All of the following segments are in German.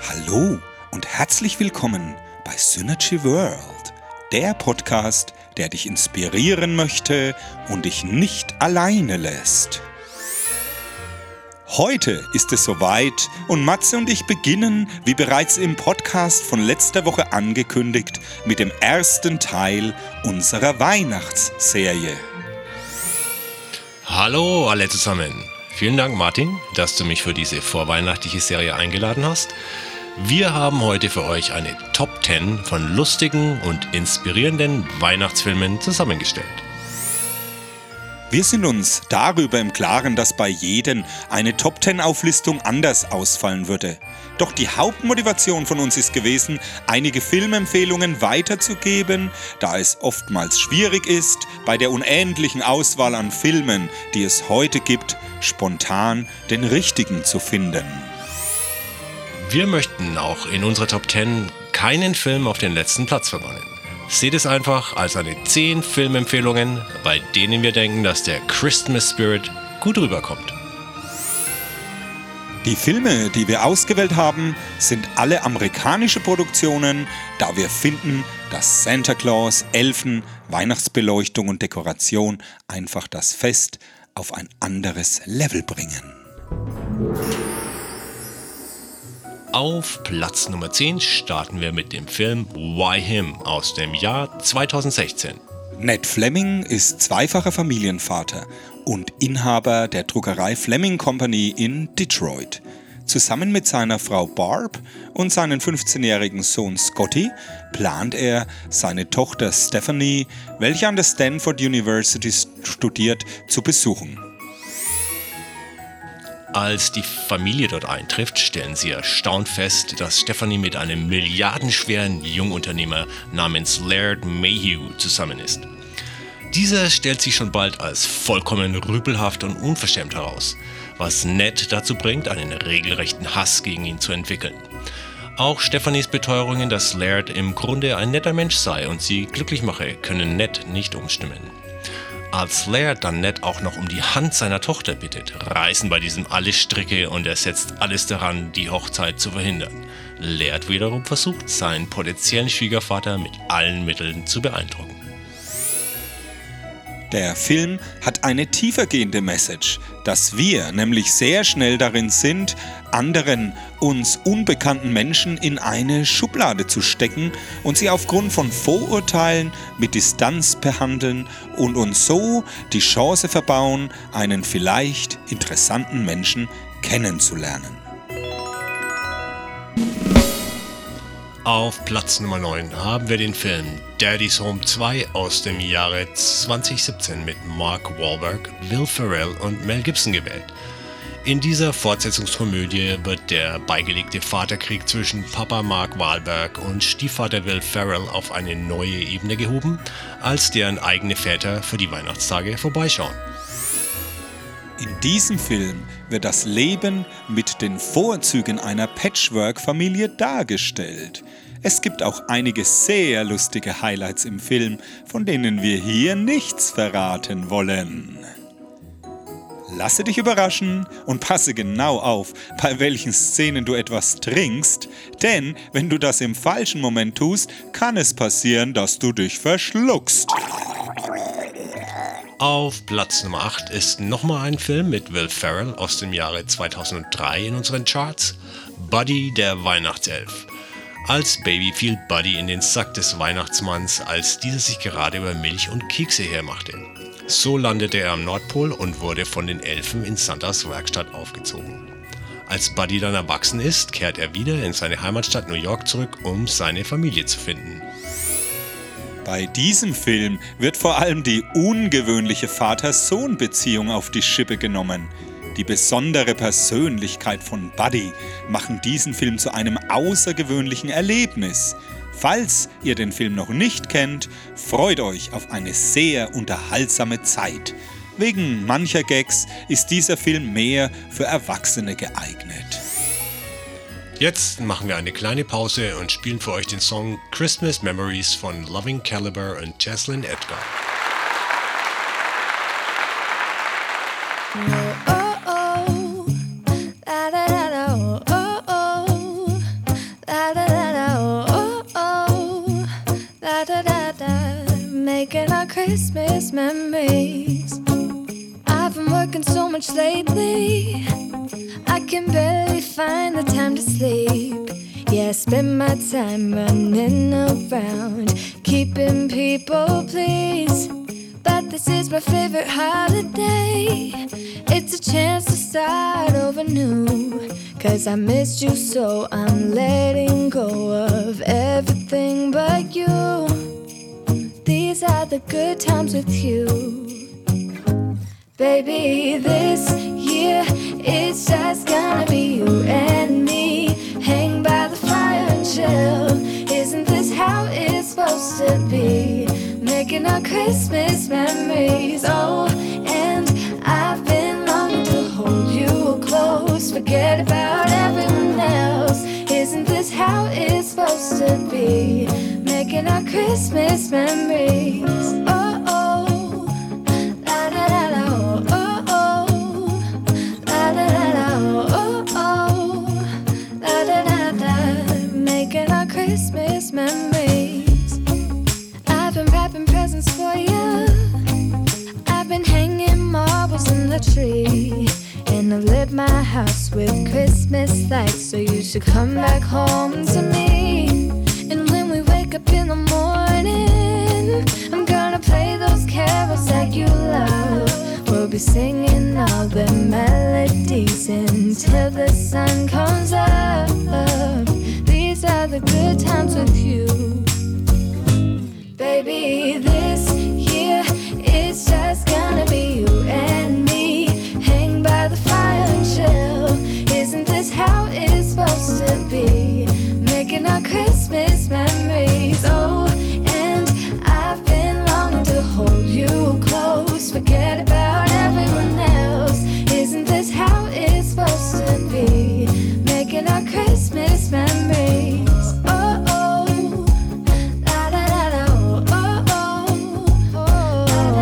Hallo und herzlich willkommen bei Synergy World, der Podcast, der dich inspirieren möchte und dich nicht alleine lässt. Heute ist es soweit und Matze und ich beginnen, wie bereits im Podcast von letzter Woche angekündigt, mit dem ersten Teil unserer Weihnachtsserie. Hallo alle zusammen. Vielen Dank, Martin, dass du mich für diese vorweihnachtliche Serie eingeladen hast. Wir haben heute für euch eine Top 10 von lustigen und inspirierenden Weihnachtsfilmen zusammengestellt. Wir sind uns darüber im Klaren, dass bei jedem eine Top 10 Auflistung anders ausfallen würde. Doch die Hauptmotivation von uns ist gewesen, einige Filmempfehlungen weiterzugeben, da es oftmals schwierig ist, bei der unendlichen Auswahl an Filmen, die es heute gibt, spontan den richtigen zu finden. Wir möchten auch in unserer Top 10 keinen Film auf den letzten Platz verbannen. Seht es einfach als eine 10 Filmempfehlungen, bei denen wir denken, dass der Christmas Spirit gut rüberkommt. Die Filme, die wir ausgewählt haben, sind alle amerikanische Produktionen, da wir finden, dass Santa Claus, Elfen, Weihnachtsbeleuchtung und Dekoration einfach das Fest auf ein anderes Level bringen. Auf Platz Nummer 10 starten wir mit dem Film Why Him aus dem Jahr 2016. Ned Fleming ist zweifacher Familienvater und Inhaber der Druckerei Fleming Company in Detroit. Zusammen mit seiner Frau Barb und seinem 15-jährigen Sohn Scotty plant er, seine Tochter Stephanie, welche an der Stanford University studiert, zu besuchen. Als die Familie dort eintrifft, stellen sie erstaunt fest, dass Stephanie mit einem milliardenschweren Jungunternehmer namens Laird Mayhew zusammen ist. Dieser stellt sich schon bald als vollkommen rüpelhaft und unverschämt heraus, was Ned dazu bringt, einen regelrechten Hass gegen ihn zu entwickeln. Auch Stephanies Beteuerungen, dass Laird im Grunde ein netter Mensch sei und sie glücklich mache, können Ned nicht umstimmen. Als Laird dann Ned auch noch um die Hand seiner Tochter bittet, reißen bei diesem alle Stricke und er setzt alles daran, die Hochzeit zu verhindern. Laird wiederum versucht, seinen potenziellen Schwiegervater mit allen Mitteln zu beeindrucken. Der Film hat eine tiefergehende Message, dass wir nämlich sehr schnell darin sind, anderen, uns unbekannten Menschen in eine Schublade zu stecken und sie aufgrund von Vorurteilen mit Distanz behandeln und uns so die Chance verbauen, einen vielleicht interessanten Menschen kennenzulernen. Auf Platz Nummer 9 haben wir den Film Daddy's Home 2 aus dem Jahre 2017 mit Mark Wahlberg, Will Ferrell und Mel Gibson gewählt. In dieser Fortsetzungskomödie wird der beigelegte Vaterkrieg zwischen Papa Mark Wahlberg und Stiefvater Will Ferrell auf eine neue Ebene gehoben, als deren eigene Väter für die Weihnachtstage vorbeischauen. In diesem Film wird das Leben mit den Vorzügen einer Patchwork-Familie dargestellt. Es gibt auch einige sehr lustige Highlights im Film, von denen wir hier nichts verraten wollen. Lasse dich überraschen und passe genau auf, bei welchen Szenen du etwas trinkst, denn wenn du das im falschen Moment tust, kann es passieren, dass du dich verschluckst. Auf Platz Nummer 8 ist nochmal ein Film mit Will Ferrell aus dem Jahre 2003 in unseren Charts, Buddy der Weihnachtself. Als Baby fiel Buddy in den Sack des Weihnachtsmanns, als dieser sich gerade über Milch und Kekse hermachte. So landete er am Nordpol und wurde von den Elfen in Santas Werkstatt aufgezogen. Als Buddy dann erwachsen ist, kehrt er wieder in seine Heimatstadt New York zurück, um seine Familie zu finden. Bei diesem Film wird vor allem die ungewöhnliche Vater-Sohn-Beziehung auf die Schippe genommen. Die besondere Persönlichkeit von Buddy machen diesen Film zu einem außergewöhnlichen Erlebnis. Falls ihr den Film noch nicht kennt, freut euch auf eine sehr unterhaltsame Zeit. Wegen mancher Gags ist dieser Film mehr für Erwachsene geeignet. Jetzt machen wir eine kleine Pause und spielen für euch den Song Christmas Memories von Loving Caliber und Jaslyn Edgar. making our Christmas memories. I've been working so much lately, I can barely find the time to sleep. Yeah, I spend my time running around, keeping people pleased. But this is my favorite holiday. It's a chance to start over new. 'Cause I missed you, so I'm letting go of everything but you. These are the good times with you. Baby, this year it's just gonna be you and me. Hang by the fire and chill. Isn't this how it's supposed to be? Making our Christmas memories. Oh, and I've been longing to hold you close. Forget about everyone else. Isn't this how it's supposed to be? Making our Christmas memories. Oh, oh, la da da da, oh, oh, oh, la da da da, oh, oh, la da da da. Making our Christmas memories. I've been wrapping presents for you. I've been hanging marbles in the tree. And I've lit my house with Christmas lights. So you should come back home to me. And when we wake up in the morning, I'm gonna play those carols that you love. We'll be singing all the melodies until the sun comes up. These are the good times with you. Baby, this year it's just gonna be you and me. Hang by the fire and chill. Isn't this how it's supposed to be? Making our Christmas memories. Oh, and I've been longing to hold you close. Forget about everyone else. Isn't this how it's supposed to be? Making our Christmas memories. Oh, oh, la da da da, oh, oh, oh,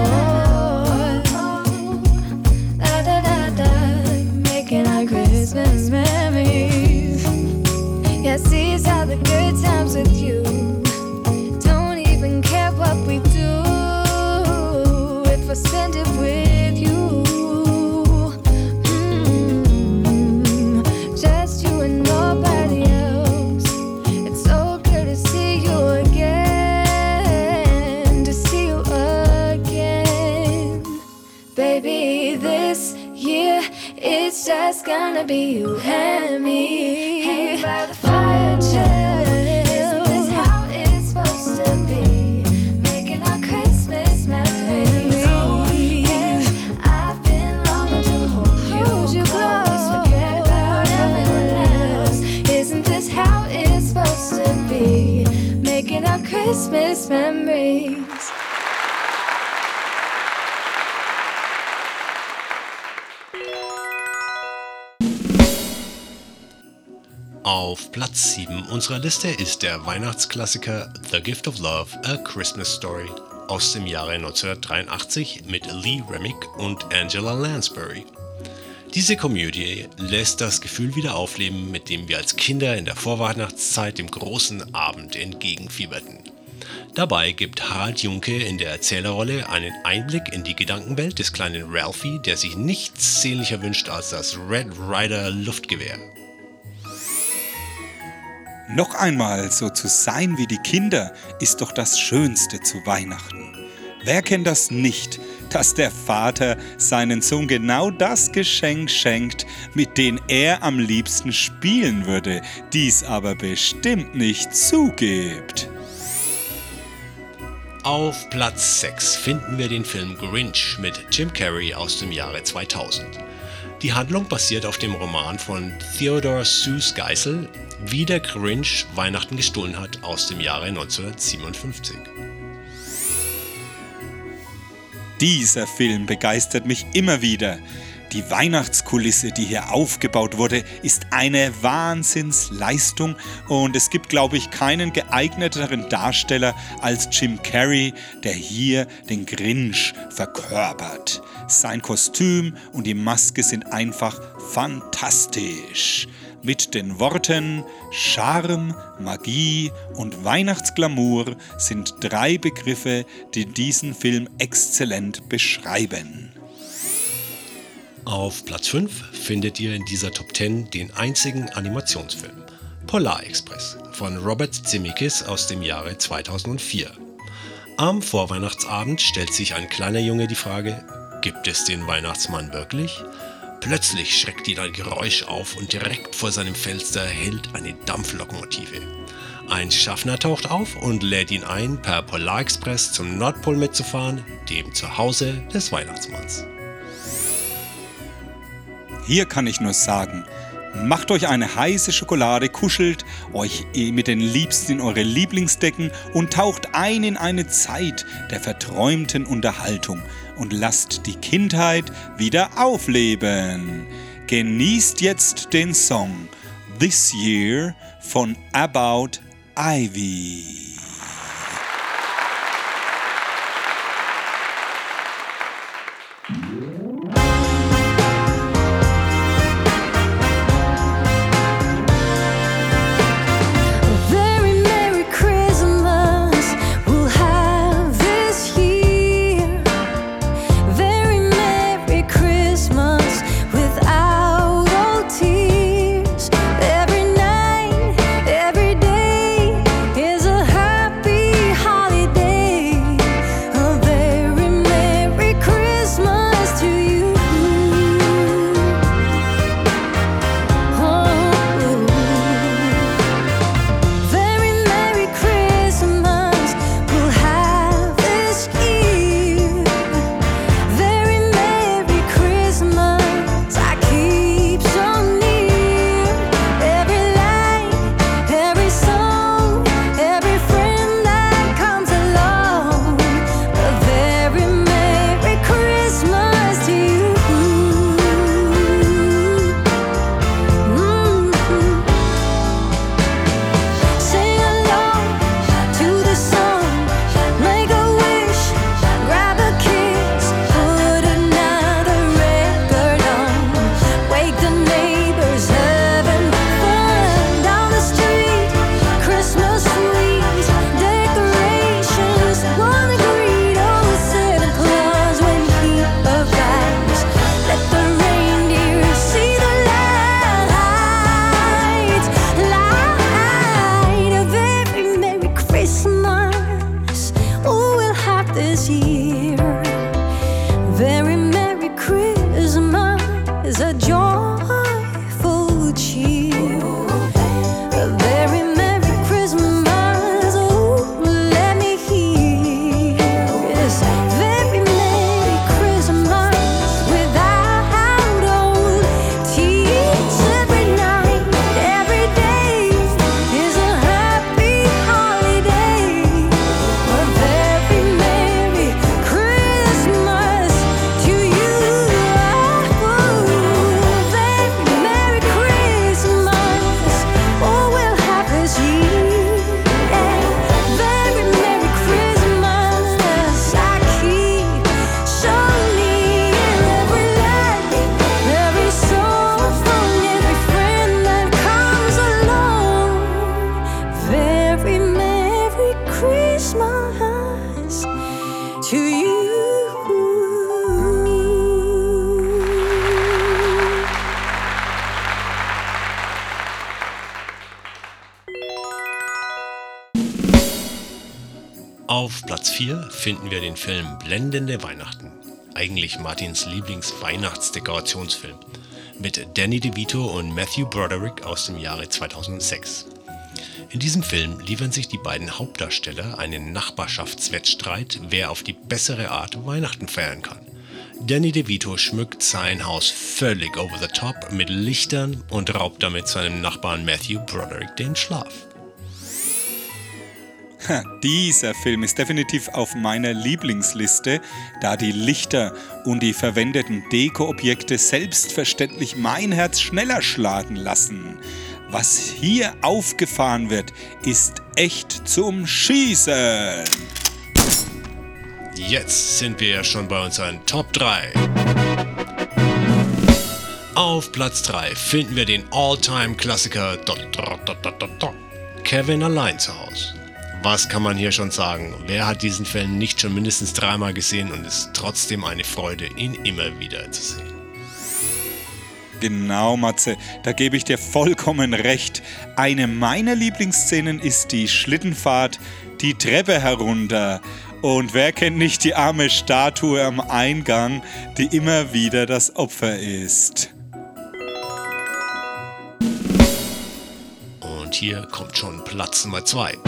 la da da da. Making our Christmas memories. Yes, these are the good times with you. Don't even care what we do if I spend it with you. Just you and nobody else. It's so good to see you again, to see you again. Baby, this year it's just gonna be you and me. Hang by the fire and chill. Isn't this how it's supposed to be? Making our Christmas memories. Oh, and I've been longing to hold you close. Forget about everyone else. Isn't this how it's supposed to be? Making our Christmas memories. Auf Platz 7 unserer Liste ist der Weihnachtsklassiker The Gift of Love, A Christmas Story aus dem Jahre 1983 mit Lee Remick und Angela Lansbury. Diese Komödie lässt das Gefühl wieder aufleben, mit dem wir als Kinder in der Vorweihnachtszeit dem großen Abend entgegenfieberten. Dabei gibt Harald Juhnke in der Erzählerrolle einen Einblick in die Gedankenwelt des kleinen Ralphie, der sich nichts sehnlicher wünscht als das Red Ryder Luftgewehr. Noch einmal so zu sein wie die Kinder ist doch das Schönste zu Weihnachten. Wer kennt das nicht, dass der Vater seinen Sohn genau das Geschenk schenkt, mit dem er am liebsten spielen würde, dies aber bestimmt nicht zugibt? Auf Platz 6 finden wir den Film Grinch mit Jim Carrey aus dem Jahre 2000. Die Handlung basiert auf dem Roman von Theodore Seuss Geisel, Wie der Grinch Weihnachten gestohlen hat, aus dem Jahre 1957. Dieser Film begeistert mich immer wieder. Die Weihnachtskulisse, die hier aufgebaut wurde, ist eine Wahnsinnsleistung und es gibt, glaube ich, keinen geeigneteren Darsteller als Jim Carrey, der hier den Grinch verkörpert. Sein Kostüm und die Maske sind einfach fantastisch. Mit den Worten Charme, Magie und Weihnachtsglamour sind 3 Begriffe, die diesen Film exzellent beschreiben. Auf Platz 5 findet ihr in dieser Top 10 den einzigen Animationsfilm Polar Express von Robert Zemeckis aus dem Jahre 2004. Am Vorweihnachtsabend stellt sich ein kleiner Junge die Frage: Gibt es den Weihnachtsmann wirklich? Plötzlich schreckt ihn ein Geräusch auf und direkt vor seinem Fenster hält eine Dampflokomotive. Ein Schaffner taucht auf und lädt ihn ein, per Polar Express zum Nordpol mitzufahren, dem Zuhause des Weihnachtsmanns. Hier kann ich nur sagen, macht euch eine heiße Schokolade, kuschelt euch mit den Liebsten in eure Lieblingsdecken und taucht ein in eine Zeit der verträumten Unterhaltung und lasst die Kindheit wieder aufleben. Genießt jetzt den Song This Year von About Ivy. Auf Platz 4 finden wir den Film Blendende Weihnachten, eigentlich Martins Lieblings-Weihnachtsdekorationsfilm, mit Danny DeVito und Matthew Broderick aus dem Jahre 2006. In diesem Film liefern sich die beiden Hauptdarsteller einen Nachbarschaftswettstreit, wer auf die bessere Art Weihnachten feiern kann. Danny DeVito schmückt sein Haus völlig over the top mit Lichtern und raubt damit seinem Nachbarn Matthew Broderick den Schlaf. Dieser Film ist definitiv auf meiner Lieblingsliste, da die Lichter und die verwendeten Deko-Objekte selbstverständlich mein Herz schneller schlagen lassen. Was hier aufgefahren wird, ist echt zum Schießen. Jetzt sind wir ja schon bei unseren Top 3. Auf Platz 3 finden wir den All-Time-Klassiker Kevin allein zu Hause. Was kann man hier schon sagen? Wer hat diesen Film nicht schon mindestens 3-mal gesehen und ist trotzdem eine Freude, ihn immer wieder zu sehen? Genau, Matze, da gebe ich dir vollkommen recht. Eine meiner Lieblingsszenen ist die Schlittenfahrt die Treppe herunter. Und wer kennt nicht die arme Statue am Eingang, die immer wieder das Opfer ist? Und hier kommt schon Platz Nummer 2.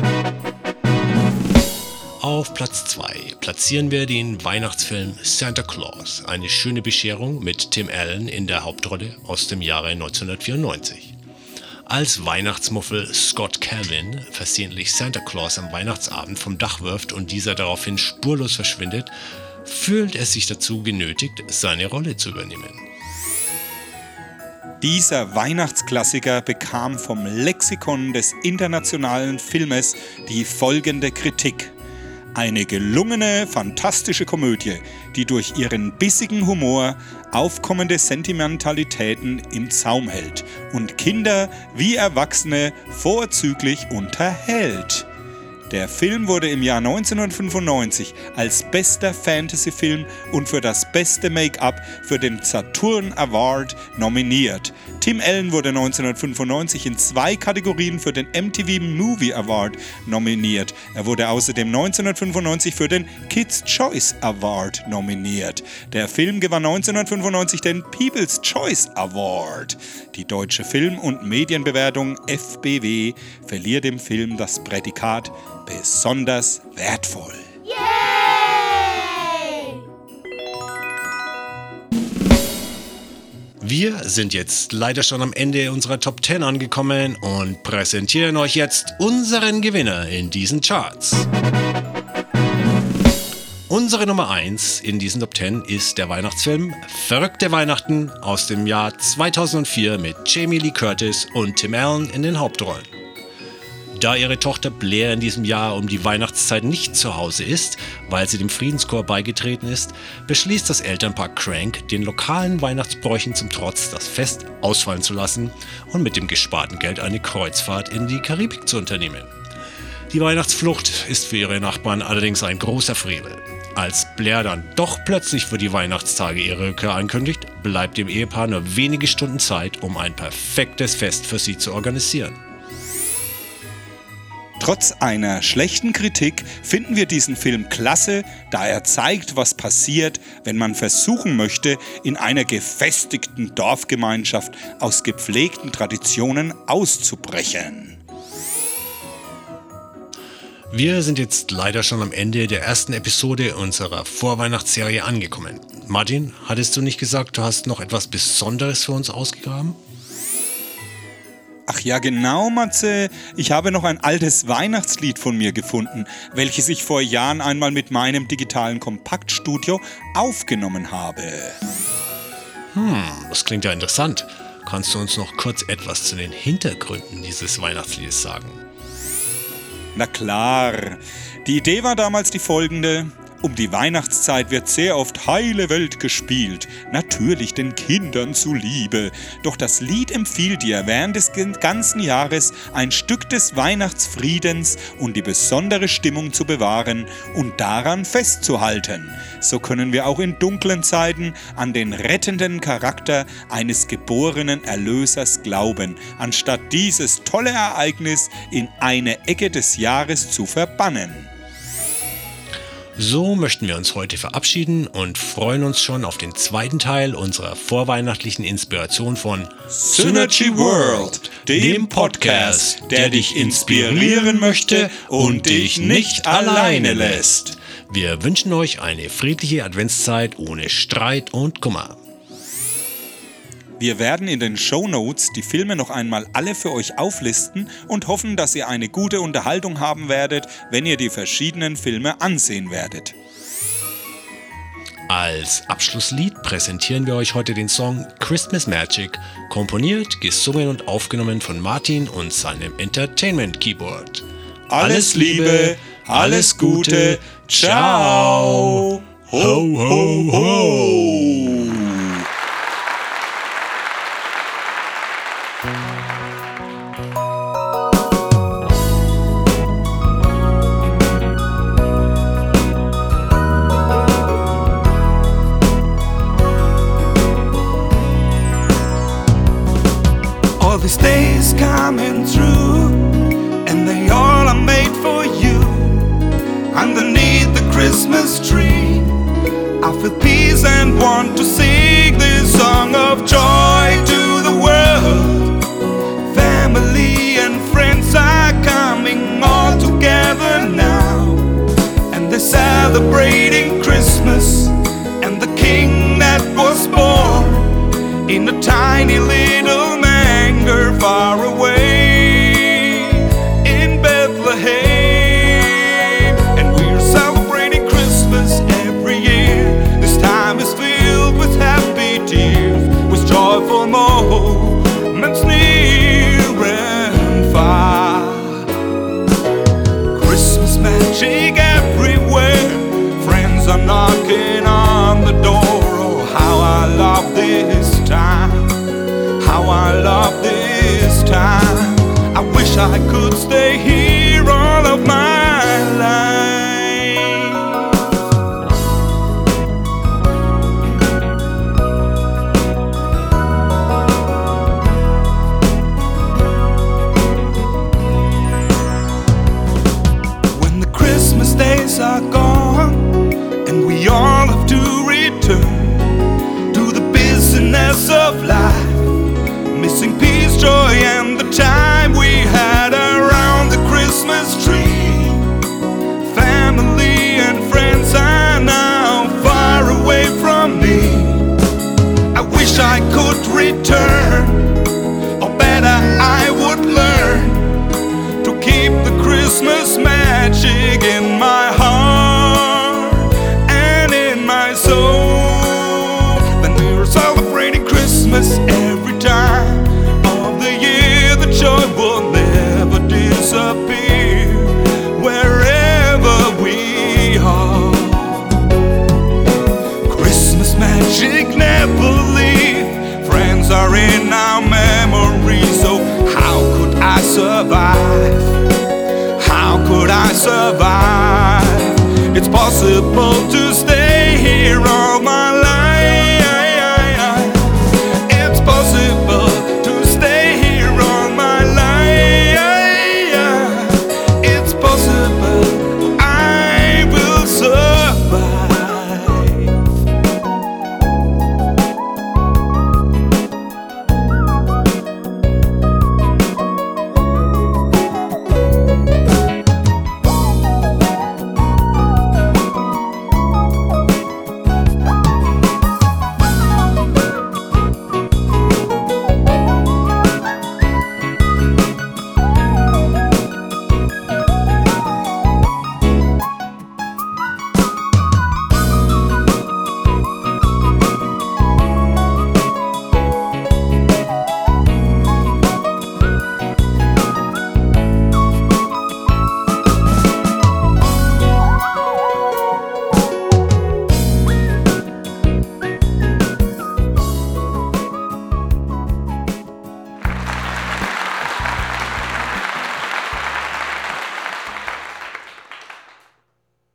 Auf Platz 2 platzieren wir den Weihnachtsfilm Santa Claus, eine schöne Bescherung mit Tim Allen in der Hauptrolle aus dem Jahre 1994. Als Weihnachtsmuffel Scott Calvin versehentlich Santa Claus am Weihnachtsabend vom Dach wirft und dieser daraufhin spurlos verschwindet, fühlt er sich dazu genötigt, seine Rolle zu übernehmen. Dieser Weihnachtsklassiker bekam vom Lexikon des internationalen Filmes die folgende Kritik. Eine gelungene, fantastische Komödie, die durch ihren bissigen Humor aufkommende Sentimentalitäten im Zaum hält und Kinder wie Erwachsene vorzüglich unterhält. Der Film wurde im Jahr 1995 als bester Fantasy-Film und für das beste Make-up für den Saturn Award nominiert. Tim Allen wurde 1995 in 2 Kategorien für den MTV Movie Award nominiert. Er wurde außerdem 1995 für den Kids' Choice Award nominiert. Der Film gewann 1995 den People's Choice Award. Die Deutsche Film- und Medienbewertung FBW verliert dem Film das Prädikat besonders wertvoll. Yay! Wir sind jetzt leider schon am Ende unserer Top 10 angekommen und präsentieren euch jetzt unseren Gewinner in diesen Charts. Unsere Nummer 1 in diesen Top 10 ist der Weihnachtsfilm Verrückte Weihnachten aus dem Jahr 2004 mit Jamie Lee Curtis und Tim Allen in den Hauptrollen. Da ihre Tochter Blair in diesem Jahr um die Weihnachtszeit nicht zu Hause ist, weil sie dem Friedenskorps beigetreten ist, beschließt das Elternpaar Crank, den lokalen Weihnachtsbräuchen zum Trotz das Fest ausfallen zu lassen und mit dem gesparten Geld eine Kreuzfahrt in die Karibik zu unternehmen. Die Weihnachtsflucht ist für ihre Nachbarn allerdings ein großer Frevel. Als Blair dann doch plötzlich für die Weihnachtstage ihre Rückkehr ankündigt, bleibt dem Ehepaar nur wenige Stunden Zeit, um ein perfektes Fest für sie zu organisieren. Trotz einer schlechten Kritik finden wir diesen Film klasse, da er zeigt, was passiert, wenn man versuchen möchte, in einer gefestigten Dorfgemeinschaft aus gepflegten Traditionen auszubrechen. Wir sind jetzt leider schon am Ende der ersten Episode unserer Vorweihnachtsserie angekommen. Martin, hattest du nicht gesagt, du hast noch etwas Besonderes für uns ausgegraben? Ach ja, genau, Matze. Ich habe noch ein altes Weihnachtslied von mir gefunden, welches ich vor Jahren einmal mit meinem digitalen Kompaktstudio aufgenommen habe. Das klingt ja interessant. Kannst du uns noch kurz etwas zu den Hintergründen dieses Weihnachtsliedes sagen? Na klar. Die Idee war damals die folgende. Um die Weihnachtszeit wird sehr oft Heile Welt gespielt, natürlich den Kindern zuliebe. Doch das Lied empfiehlt dir während des ganzen Jahres ein Stück des Weihnachtsfriedens und die besondere Stimmung zu bewahren und daran festzuhalten. So können wir auch in dunklen Zeiten an den rettenden Charakter eines geborenen Erlösers glauben, anstatt dieses tolle Ereignis in eine Ecke des Jahres zu verbannen. So möchten wir uns heute verabschieden und freuen uns schon auf den zweiten Teil unserer vorweihnachtlichen Inspiration von Synergy World, dem Podcast, der dich inspirieren möchte und dich nicht alleine lässt. Wir wünschen euch eine friedliche Adventszeit ohne Streit und Kummer. Wir werden in den Shownotes die Filme noch einmal alle für euch auflisten und hoffen, dass ihr eine gute Unterhaltung haben werdet, wenn ihr die verschiedenen Filme ansehen werdet. Als Abschlusslied präsentieren wir euch heute den Song Christmas Magic, komponiert, gesungen und aufgenommen von Martin und seinem Entertainment Keyboard. Alles Liebe, alles Gute, ciao! Ho, ho, ho! coming through, and they all are made for you. Underneath the Christmas tree, I feel peace and want to sing this song of joy to the world. Family and friends are coming all together now, and they're celebrating Christmas and the King that was born in a tiny little manger far away in Bethlehem. And we're celebrating Christmas every year. This time is filled with happy tears, with joyful moments near and far. Christmas magic everywhere, friends are knocking on the door. Oh, how I love this time, how I love this time. I wish I could stay here all of my life. When the Christmas days are gone and we all have to return to the business of life, missing peace, joy, and the time we had around the Christmas tree. Family and friends are now far away from me. I wish I could return, or better I would learn to keep the Christmas magic in my heart and in my soul. Then we were celebrating Christmas every time of the year. The joy will never disappear wherever we are. Christmas magic never leave. Friends are in our memories. So how could I survive? How could I survive? It's possible to stay